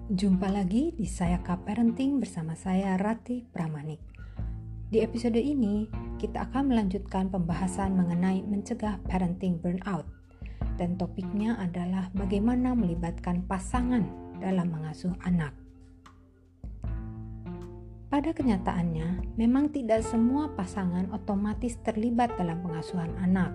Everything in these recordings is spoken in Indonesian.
Jumpa lagi di Sayaka Parenting bersama saya Rati Pramanik. Di episode ini, kita akan melanjutkan pembahasan mengenai mencegah parenting burnout. Dan topiknya adalah bagaimana melibatkan pasangan dalam mengasuh anak. Pada kenyataannya, memang tidak semua pasangan otomatis terlibat dalam pengasuhan anak.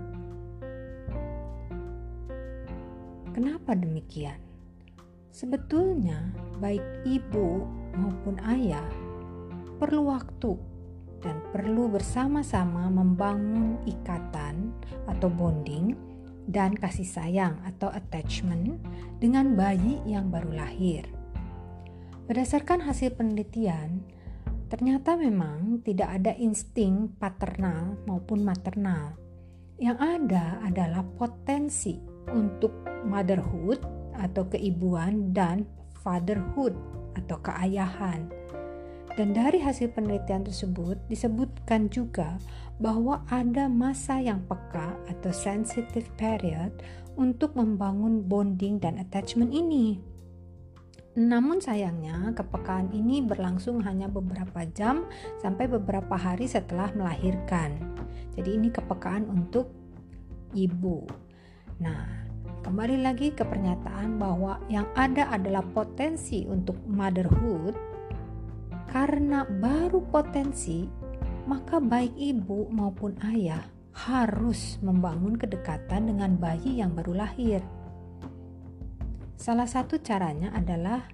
Kenapa demikian? Sebetulnya, baik ibu maupun ayah perlu waktu dan perlu bersama-sama membangun ikatan atau bonding dan kasih sayang atau attachment dengan bayi yang baru lahir. Berdasarkan hasil penelitian, ternyata memang tidak ada insting paternal maupun maternal. Yang ada adalah potensi untuk motherhood atau keibuan dan fatherhood atau keayahan. Dan dari hasil penelitian tersebut disebutkan juga bahwa ada masa yang peka atau sensitive period untuk membangun bonding dan attachment ini. Namun sayangnya kepekaan ini berlangsung hanya beberapa jam sampai beberapa hari setelah melahirkan. Jadi ini kepekaan untuk ibu. Nah, kembali lagi ke pernyataan bahwa yang ada adalah potensi untuk motherhood. Karena baru potensi, maka baik ibu maupun ayah harus membangun kedekatan dengan bayi yang baru lahir. Salah satu caranya adalah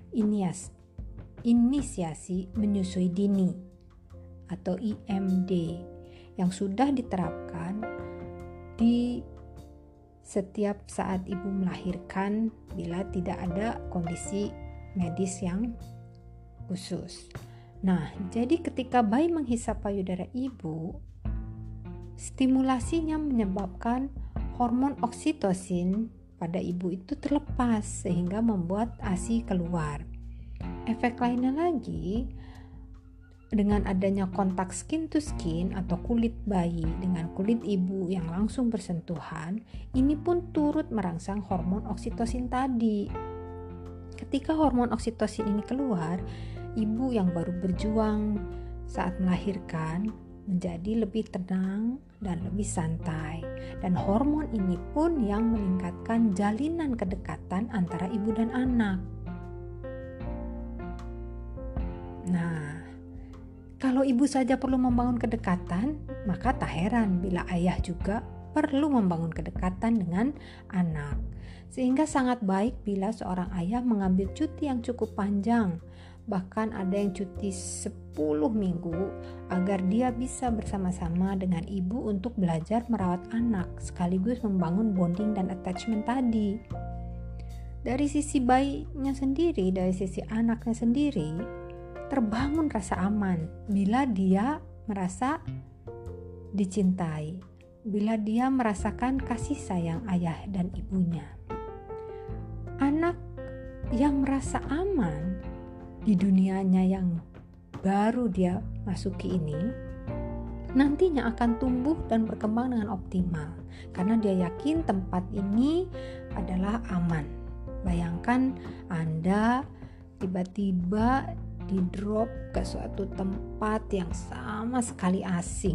inisiasi menyusui dini atau IMD yang sudah diterapkan di setiap saat ibu melahirkan bila tidak ada kondisi medis yang khusus. Nah, jadi ketika bayi menghisap payudara ibu, stimulasinya menyebabkan hormon oksitosin pada ibu itu terlepas sehingga membuat ASI keluar. Efek lainnya lagi, dengan adanya kontak skin to skin atau kulit bayi dengan kulit ibu yang langsung bersentuhan, ini pun turut merangsang hormon oksitosin tadi. Ketika hormon oksitosin ini keluar, ibu yang baru berjuang saat melahirkan menjadi lebih tenang dan lebih santai. Dan hormon ini pun yang meningkatkan jalinan kedekatan antara ibu dan anak. Nah, kalau ibu saja perlu membangun kedekatan, maka tak heran bila ayah juga perlu membangun kedekatan dengan anak. Sehingga sangat baik bila seorang ayah mengambil cuti yang cukup panjang, bahkan ada yang cuti 10 minggu agar dia bisa bersama-sama dengan ibu untuk belajar merawat anak sekaligus membangun bonding dan attachment tadi. Dari sisi bayinya sendiri, dari sisi anaknya sendiri, terbangun rasa aman bila dia merasa dicintai, bila dia merasakan kasih sayang ayah dan ibunya. Anak yang merasa aman di dunianya yang baru dia masuki ini, nantinya akan tumbuh dan berkembang dengan optimal karena dia yakin tempat ini adalah aman. Bayangkan Anda tiba-tiba di-drop ke suatu tempat yang sama sekali asing.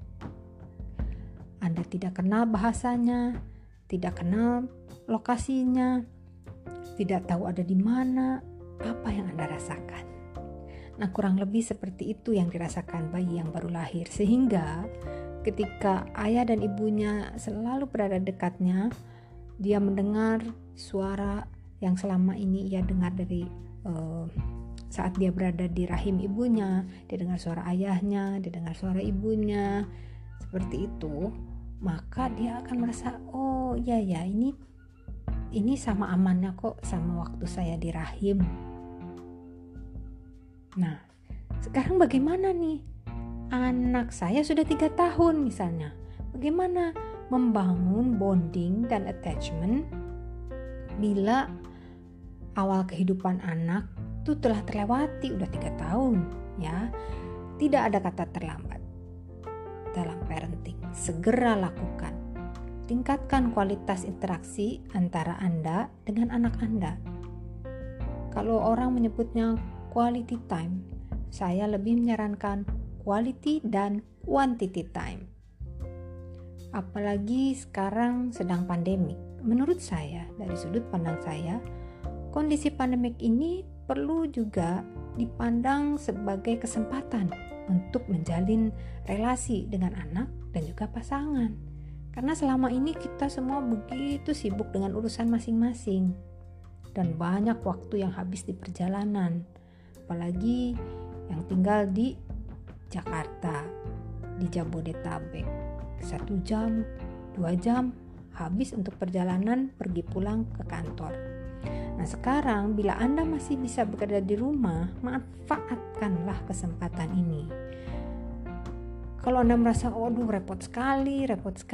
Anda tidak kenal bahasanya, tidak kenal lokasinya, tidak tahu ada di mana, apa yang Anda rasakan. Nah, kurang lebih seperti itu yang dirasakan bayi yang baru lahir. Sehingga ketika ayah dan ibunya selalu berada dekatnya, dia mendengar suara yang selama ini ia dengar dari saat dia berada di rahim ibunya, dia dengar suara ayahnya, dia dengar suara ibunya, seperti itu, maka dia akan merasa, oh ya ini sama amannya kok sama waktu saya di rahim. Nah, sekarang bagaimana nih? Anak saya sudah 3 tahun misalnya. Bagaimana membangun bonding dan attachment bila awal kehidupan anak itu telah terlewati, udah 3 tahun ya. Tidak ada kata terlambat dalam parenting. Segera lakukan. Tingkatkan kualitas interaksi antara Anda dengan anak Anda. Kalau orang menyebutnya quality time, saya lebih menyarankan quality dan quantity time. Apalagi sekarang sedang pandemik. Menurut saya, dari sudut pandang saya, kondisi pandemik ini perlu juga dipandang sebagai kesempatan untuk menjalin relasi dengan anak dan juga pasangan. Karena selama ini kita semua begitu sibuk dengan urusan masing-masing dan banyak waktu yang habis di perjalanan. Apalagi yang tinggal di Jakarta, di Jabodetabek. 1 jam, 2 jam habis untuk perjalanan pergi pulang ke kantor. Nah sekarang bila Anda masih bisa bekerja di rumah, manfaatkanlah kesempatan ini. Kalau Anda merasa, repot sekali,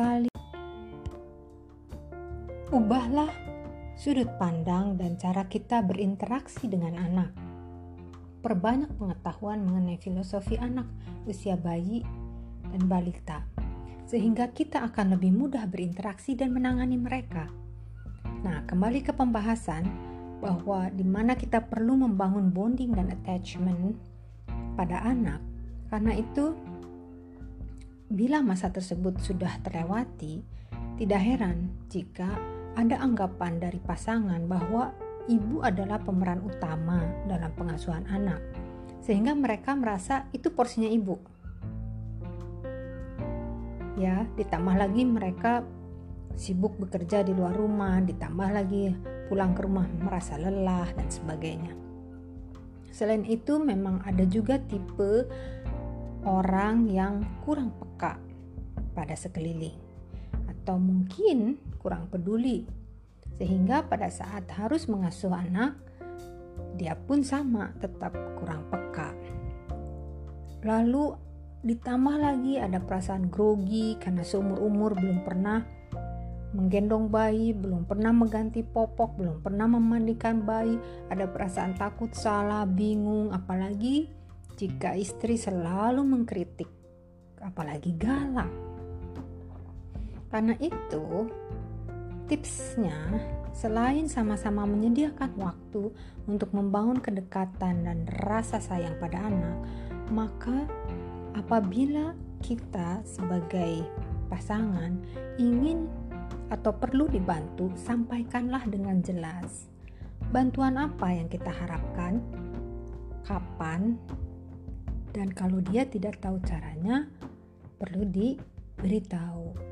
ubahlah sudut pandang dan cara kita berinteraksi dengan anak. Perbanyak pengetahuan mengenai filosofi anak, usia bayi, dan balita, sehingga kita akan lebih mudah berinteraksi dan menangani mereka. Nah, kembali ke pembahasan bahwa di mana kita perlu membangun bonding dan attachment pada anak. Karena itu, bila masa tersebut sudah terlewati, tidak heran jika ada anggapan dari pasangan bahwa ibu adalah pemeran utama dalam pengasuhan anak, sehingga mereka merasa itu porsinya ibu. Ya, ditambah lagi mereka sibuk bekerja di luar rumah, ditambah lagi pulang ke rumah merasa lelah dan sebagainya. Selain itu, memang ada juga tipe orang yang kurang peka pada sekeliling atau mungkin kurang peduli, sehingga pada saat harus mengasuh anak, dia pun sama, tetap kurang peka. Lalu ditambah lagi ada perasaan grogi karena seumur-umur belum pernah menggendong bayi, belum pernah mengganti popok, belum pernah memandikan bayi, ada perasaan takut, salah, bingung, apalagi jika istri selalu mengkritik, apalagi galak. Karena itu, tipsnya selain sama-sama menyediakan waktu untuk membangun kedekatan dan rasa sayang pada anak, maka apabila kita sebagai pasangan ingin atau perlu dibantu, sampaikanlah dengan jelas. Bantuan apa yang kita harapkan, kapan, dan kalau dia tidak tahu caranya, perlu diberitahu.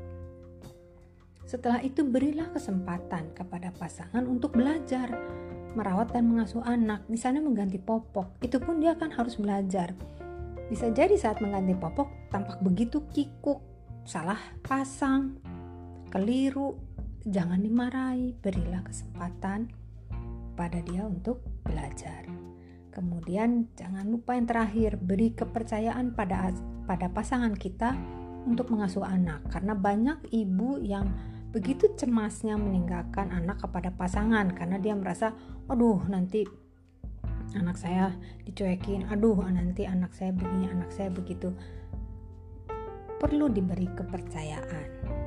Setelah itu berilah kesempatan kepada pasangan untuk belajar merawat dan mengasuh anak. Misalnya mengganti popok, itu pun dia akan harus belajar. Bisa jadi saat mengganti popok tampak begitu kikuk, salah pasang, keliru, jangan dimarahi, berilah kesempatan pada dia untuk belajar. Kemudian jangan lupa yang terakhir, beri kepercayaan pada pasangan kita untuk mengasuh anak, karena banyak ibu yang begitu cemasnya meninggalkan anak kepada pasangan karena dia merasa, nanti anak saya dicuekin, nanti anak saya begini, anak saya begitu. Perlu diberi kepercayaan.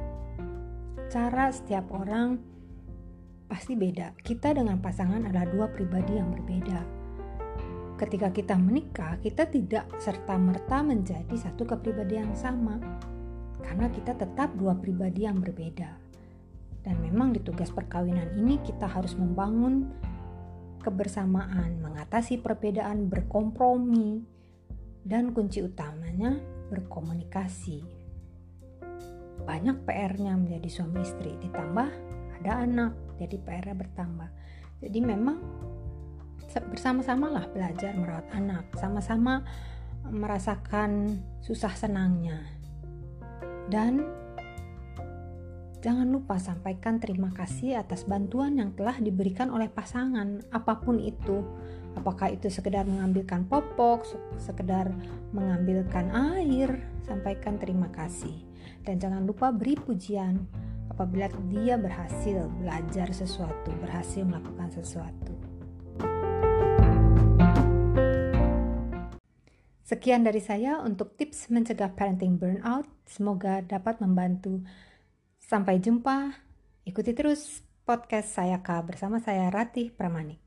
Cara setiap orang pasti beda. Kita dengan pasangan adalah dua pribadi yang berbeda. Ketika kita menikah, kita tidak serta-merta menjadi satu kepribadian yang sama, karena kita tetap dua pribadi yang berbeda. Dan memang di tugas perkawinan ini kita harus membangun kebersamaan, mengatasi perbedaan, berkompromi, dan kunci utamanya berkomunikasi. Banyak PR-nya menjadi suami istri, ditambah ada anak, jadi PR-nya bertambah. Jadi memang bersama-samalah belajar merawat anak, sama-sama merasakan susah senangnya. Dan jangan lupa sampaikan terima kasih atas bantuan yang telah diberikan oleh pasangan, apapun itu. Apakah itu sekedar mengambilkan popok, sekedar mengambilkan air, sampaikan terima kasih. Dan jangan lupa beri pujian apabila dia berhasil belajar sesuatu, berhasil melakukan sesuatu. Sekian dari saya untuk tips mencegah parenting burnout. Semoga dapat membantu. Sampai jumpa. Ikuti terus podcast Sayaka bersama saya Ratih Pramanik.